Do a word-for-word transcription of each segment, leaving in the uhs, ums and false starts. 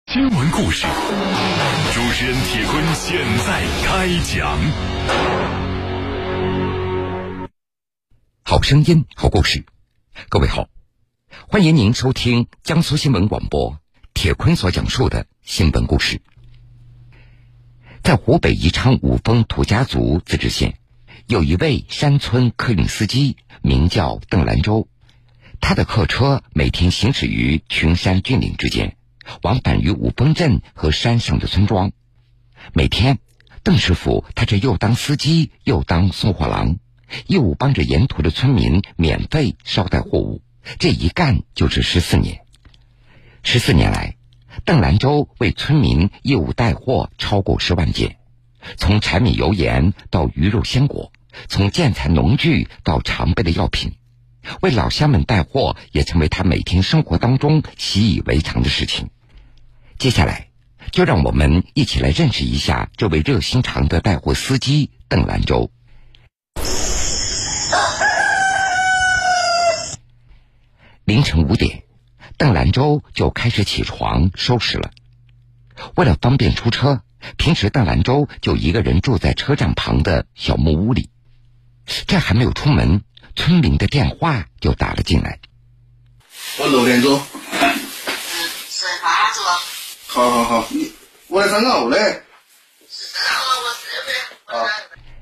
新闻故事，主持人铁坤现在开讲。 好声音，好故事。各位好，欢迎您收听江苏新闻广播铁坤所讲述的新闻故事。在湖北宜昌五峰土家族自治县，有一位山村客运司机，名叫邓兰洲。他的客车每天行驶于群山峻岭之间，往返于五峰镇和山上的村庄。每天，邓师傅他这又当司机又当送货郎，义务帮着沿途的村民免费捎带货物，这一干就是十四年。十四年来，邓兰洲为村民义务带货超过十万件，从柴米油盐到鱼肉鲜果，从建材农具到常备的药品，为老乡们带货也成为他每天生活当中习以为常的事情。接下来就让我们一起来认识一下这位热心肠的带货司机邓兰洲。凌晨五点，邓兰洲就开始起床收拾了。为了方便出车，平时邓兰洲就一个人住在车站旁的小木屋里。这还没有出门，村民的电话就打了进来。 我六点钟。 吃饭做。 好好好，你我来上熬嘞。 是的，我是的。啊。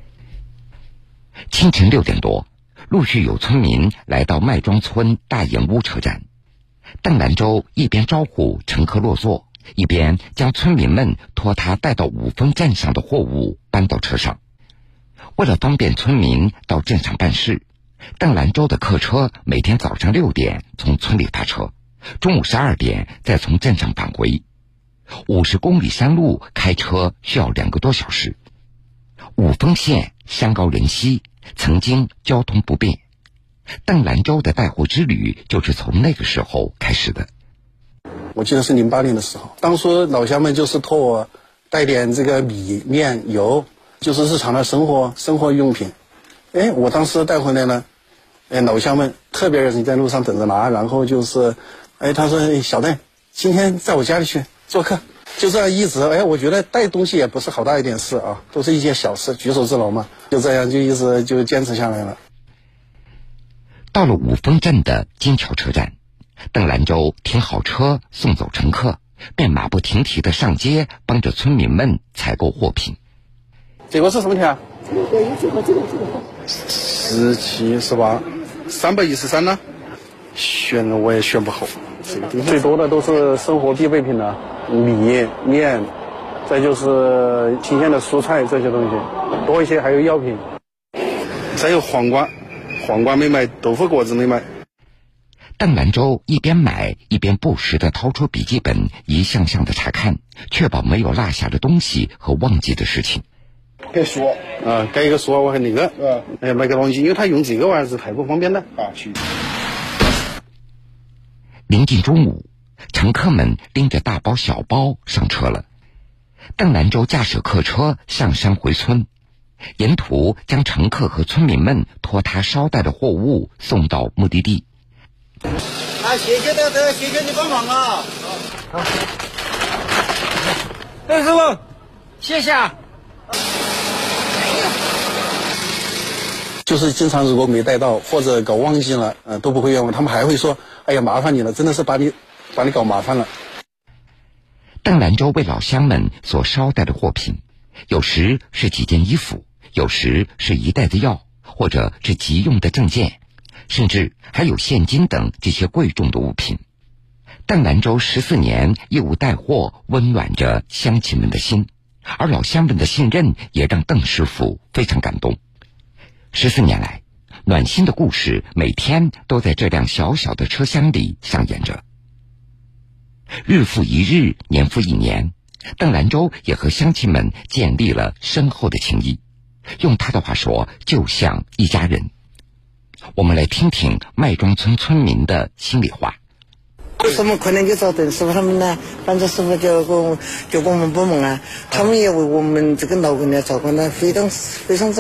清晨六点多，陆续有村民来到麦庄村大岩屋车站。邓兰洲一边招呼乘客落座，一边将村民们托他带到五峰镇上的货物搬到车上。为了方便村民到镇上办事，邓兰洲的客车每天早上六点从村里发车，中午十二点再从镇上返回。五十公里山路开车需要两个多小时。五峰县山高人稀，曾经交通不便。邓兰洲的带货之旅就是从那个时候开始的。 我记得是零八年的时候，当初老乡们就是托我带点这个米面油，就是日常的生活生活用品。哎，我当时带回来呢，哎，老乡们特别人在路上等着拿，然后就是哎，他说哎小邓今天在我家里去做客，就这样一直哎，我觉得带东西也不是好大一点事啊，都是一件小事，举手之劳嘛，就这样就一直就坚持下来了。 到了五峰镇的金桥车站，邓兰洲停好车送走乘客，便马不停蹄地上街帮着村民们采购货品。 这个是什么钱啊？ 这个这个这个这个十七十八，三百一十三呢？选我也选不好。最多的都是生活必备品了，米面，再就是新鲜的蔬菜这些东西，多一些还有药品，再有黄瓜，黄瓜没买，豆腐果子没买。 邓兰洲一边买一边不时地掏出笔记本，一项项的查看，确保没有落下的东西和忘记的事情。 盖书啊，盖一个书我还那个，嗯，哎，买个东西，因为他用这个玩意儿是太不方便了啊。去。 临近中午，乘客们拎着大包小包上车了。邓兰洲驾驶客车上山回村，沿途将乘客和村民们托他捎带的货物送到目的地。 啊，谢谢大哥，谢谢你帮忙啊！好，哎，师傅，谢谢啊。 就是经常如果没带到或者搞忘记了，呃，都不会怨我，他们还会说：“哎呀，麻烦你了，真的是把你把你搞麻烦了。” 邓兰洲为老乡们所捎带的货品，有时是几件衣服，有时是一袋子药，或者是急用的证件，甚至还有现金等这些贵重的物品。邓兰洲十四年义务带货，温暖着乡亲们的心，而老乡们的信任也让邓师傅非常感动。十四年来，暖心的故事每天都在这辆小小的车厢里上演着。日复一日，年复一年，邓兰洲也和乡亲们建立了深厚的情谊，用他的话说，就像一家人。我们来听听麦庄村村民的心里话。 有什么困难就找邓师傅他们呢，反正师傅就给我就给我们帮忙啊，他们也为我们这个老人呢照顾得非常非常之好。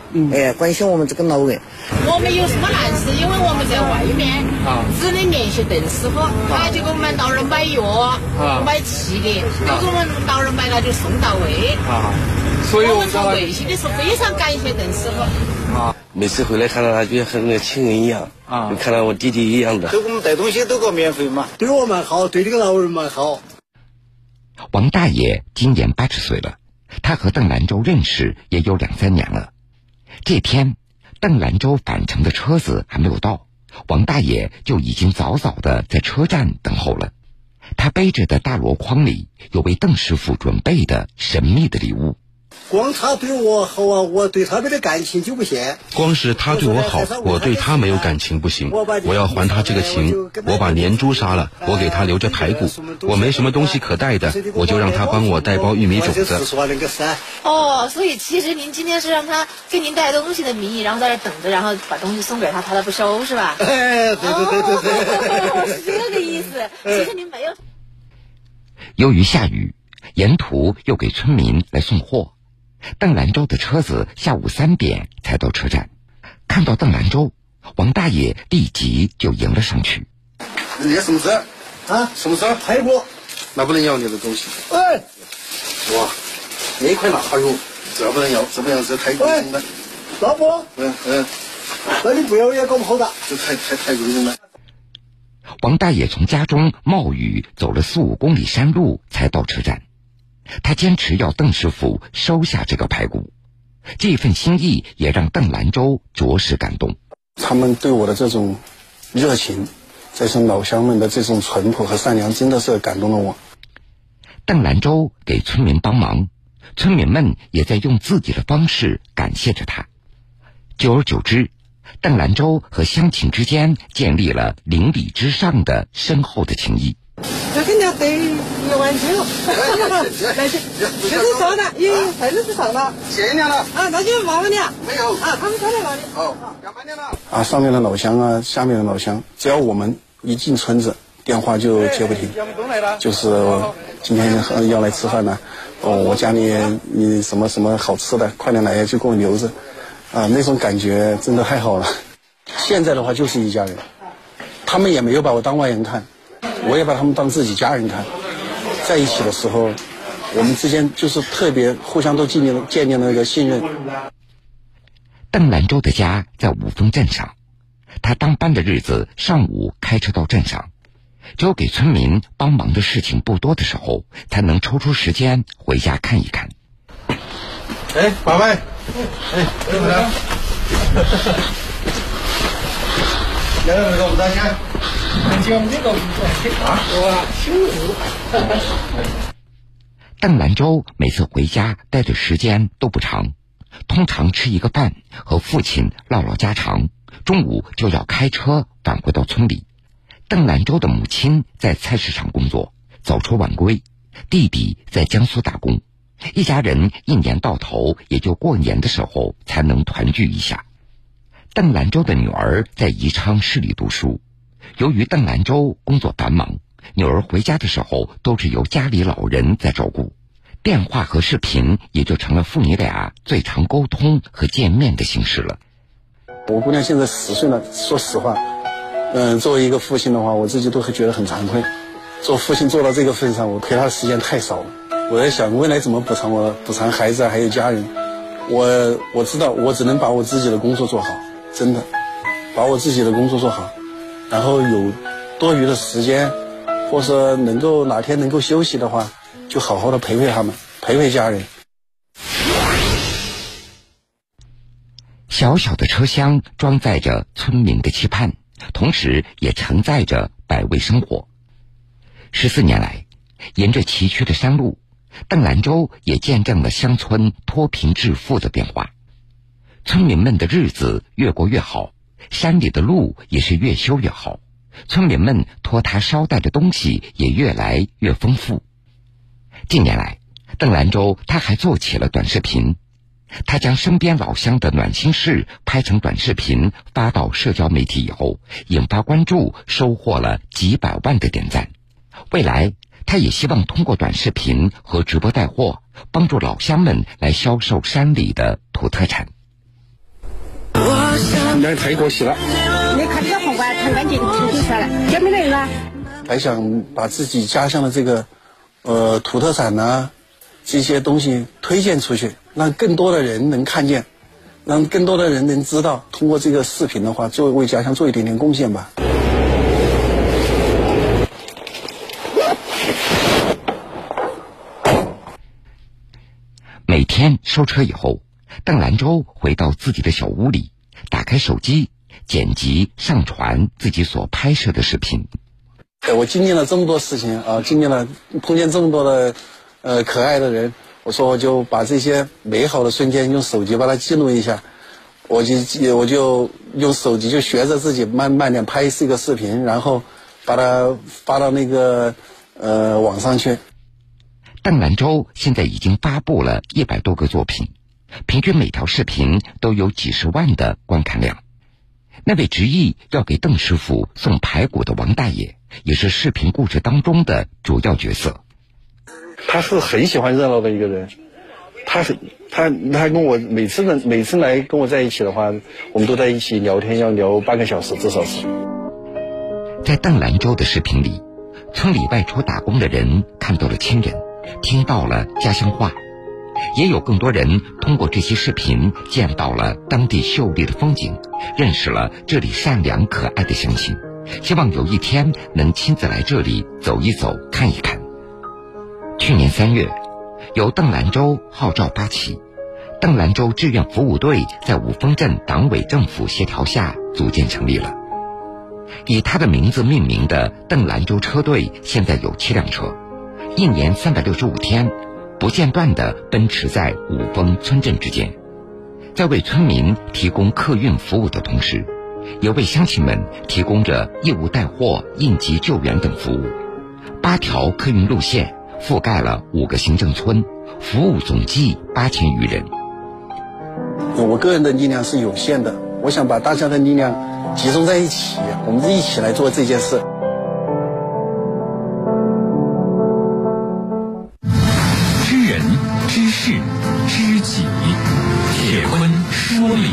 嗯，哎，关心我们这个老人。 我们有什么难事？因为我们在外面，啊，只能联系邓师傅，他就给我们到那儿买药，啊，买气的，都给我们到那儿买了就送到位。啊，所以我们从内心的是非常感谢邓师傅。 啊，每次回来看到他，就和那亲人一样，啊，就看到我弟弟一样的。 都给我们带东西都给我免费嘛，对我们好，对这个老人们好。 王大爷今年八十岁了，他和邓兰州认识也有两三年了。这天，邓兰州返程的车子还没有到，王大爷就已经早早的在车站等候了。他背着的大箩筐里有为邓师傅准备的神秘的礼物。 光他对我好啊，我对他们的感情就不行。 光是他对我好，我对他没有感情不行。我要还他这个情。我把年猪杀了，我给他留着排骨。我没什么东西可带的，我就让他帮我带包玉米种子。 哦，所以其实您今天是让他给您带东西的名义，然后在这等着，然后把东西送给他，他都不收是吧？ 哎，对对对对对， 哦，是这个意思。其实您没有。 由于下雨，沿途又给村民来送货。邓兰州的车子下午三点才到车站，看到邓兰州，王大爷立即就迎了上去。 你什么事啊？什么事？ 排骨， 那不能要你的东西。 哎， 哇，那块哪有？这不能要，这不能是太贵重了。 老婆， 嗯嗯， 那你不要也搞不好的， 这太太太贵重了。 王大爷从家中冒雨走了四五公里山路才到车站。他坚持要邓师傅收下这个排骨，这份心意也让邓兰州着实感动。 他们对我的这种热情，再生老乡们的这种淳朴和善良，真的是感动了我。 邓兰州给村民帮忙，村民们也在用自己的方式感谢着他。久而久之，邓兰州和乡亲之间建立了邻里之上的深厚的情谊。 这给人家得一万九，来这这是上了，咦，孩子是上了， 谢谢你了啊，那就麻烦你啊， 没有啊，他们上来了的， 哦，要慢点了啊，上面的老乡啊，下面的老乡，只要我们一进村子，电话就接不停，就是今天要来吃饭呢，哦，我家里你什么什么好吃的，快点来就给我留着，啊，那种感觉真的太好了。现在的话就是一家人，他们也没有把我当外人看。我也把他们当自己家人看，在一起的时候，我们之间就是特别互相都建立了建立了一个信任。 邓兰州的家在五峰镇上，他当班的日子上午开车到镇上，只有给村民帮忙的事情不多的时候，才能抽出时间回家看一看。 哎，爸爸，哎，怎么了？来了，这个不打钱。 邓兰州每次回家待的时间都不长，通常吃一个饭，和父亲唠唠家常，中午就要开车返回到村里。邓兰州的母亲在菜市场工作，早出晚归，弟弟在江苏打工，一家人一年到头也就过年的时候才能团聚一下。邓兰州的女儿在宜昌市里读书，由于邓兰州工作繁忙，女儿回家的时候都是由家里老人在照顾，电话和视频也就成了父女俩最常沟通和见面的形式了。 我姑娘现在十岁了，说实话，嗯，作为一个父亲的话，我自己都会觉得很惭愧。做父亲做到这个份上，我陪她的时间太少了。我在想未来怎么补偿我补偿孩子还有家人。我我知道我只能把我自己的工作做好，真的把我自己的工作做好，然后有多余的时间，或者能够哪天能够休息的话，就好好的陪陪他们，陪陪家人。 小小的车厢装载着村民的期盼，同时也承载着百味生活。十四年来，沿着崎岖的山路，邓兰州也见证了乡村脱贫致富的变化。村民们的日子越过越好，山里的路也是越修越好，村民们托他捎带的东西也越来越丰富。近年来，邓兰州他还做起了短视频，他将身边老乡的暖心事拍成短视频发到社交媒体以后，引发关注，收获了几百万的点赞。未来他也希望通过短视频和直播带货，帮助老乡们来销售山里的土特产。 两台锅洗了。 你看这个红瓜很干净，清洗出来了，有没得人啊？ 还想把自己家乡的这个呃土特产呐、这些东西推荐出去，让更多的人能看见，让更多的人能知道。通过这个视频的话，做为家乡做一点点贡献吧。 每天收车以后，邓兰舟回到自己的小屋里，打开手机，剪辑上传自己所拍摄的视频。 我经历了这么多事情啊，经历了碰见这么多的呃可爱的人，我说我就把这些美好的瞬间用手机把它记录一下。我就我就用手机就学着自己慢慢点拍这个视频，然后把它发到那个呃网上去。 邓兰舟现在已经发布了一百多个作品，平均每条视频都有几十万的观看量。那位执意要给邓师傅送排骨的王大爷，也是视频故事当中的主要角色。 他是很喜欢热闹的一个人，他是他他跟我每次的每次来跟我在一起的话，我们都在一起聊天，要聊半个小时至少是。 在邓兰舟的视频里，村里外出打工的人看到了亲人，听到了家乡话，也有更多人通过这些视频见到了当地秀丽的风景，认识了这里善良可爱的乡亲，希望有一天能亲自来这里走一走看一看。去年三月，由邓兰舟号召发起，邓兰舟志愿服务队在五峰镇党委政府协调下组建成立了。以他的名字命名的邓兰舟车队现在有七辆车，一年三百六十五天不间断地奔驰在五峰村镇之间，在为村民提供客运服务的同时，也为乡亲们提供着义务带货、应急救援等服务。八条客运路线覆盖了五个行政村，服务总计八千余人。 我个人的力量是有限的，我想把大家的力量集中在一起，我们一起来做这件事。 知人知事知己，铁坤说理。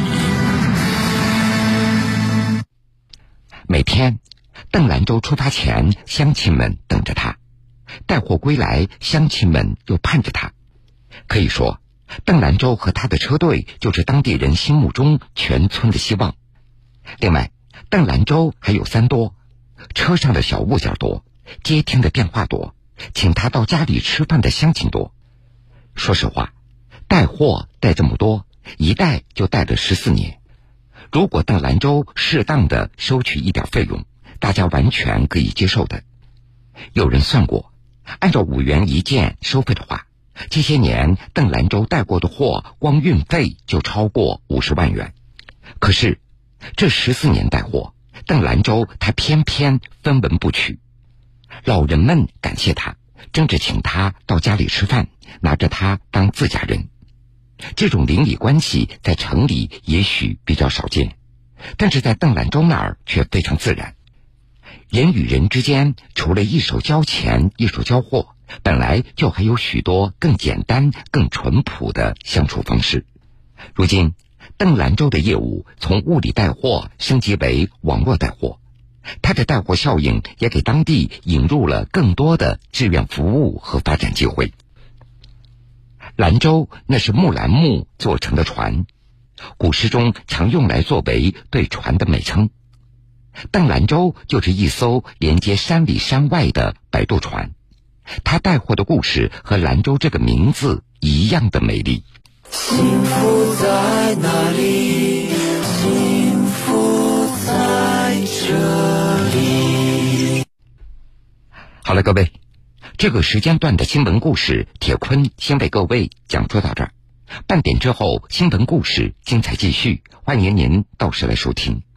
每天邓兰舟出发前，乡亲们等着他，带货归来，乡亲们又盼着他。可以说，邓兰舟和他的车队就是当地人心目中全村的希望。另外，邓兰舟还有三多，车上的小物件多，接听的电话多，请他到家里吃饭的乡亲多。说实话，带货带这么多，一带就带了十四年。如果邓兰舟适当的收取一点费用，大家完全可以接受的。有人算过，按照五元一件收费的话，这些年邓兰舟带过的货光运费就超过五十万元。可是这十四年带货，邓兰舟他偏偏分文不取。老人们感谢他，争着请他到家里吃饭，拿着他当自家人。这种邻里关系在城里也许比较少见，但是在邓兰舟那儿却非常自然。人与人之间除了一手交钱一手交货，本来就还有许多更简单更淳朴的相处方式。如今邓兰舟的业务从物理带货升级为网络带货，他的带货效应也给当地引入了更多的志愿服务和发展机会。兰舟那是木兰木做成的船，古诗中常用来作为对船的美称。邓兰舟就是一艘连接山里山外的摆渡船，他带货的故事和兰舟这个名字一样的美丽。 幸福在哪里？幸福在这里。 好了，各位，这个时间段的新闻故事，铁坤先为各位讲述到这儿。半点之后，新闻故事精彩继续，欢迎您到时来收听。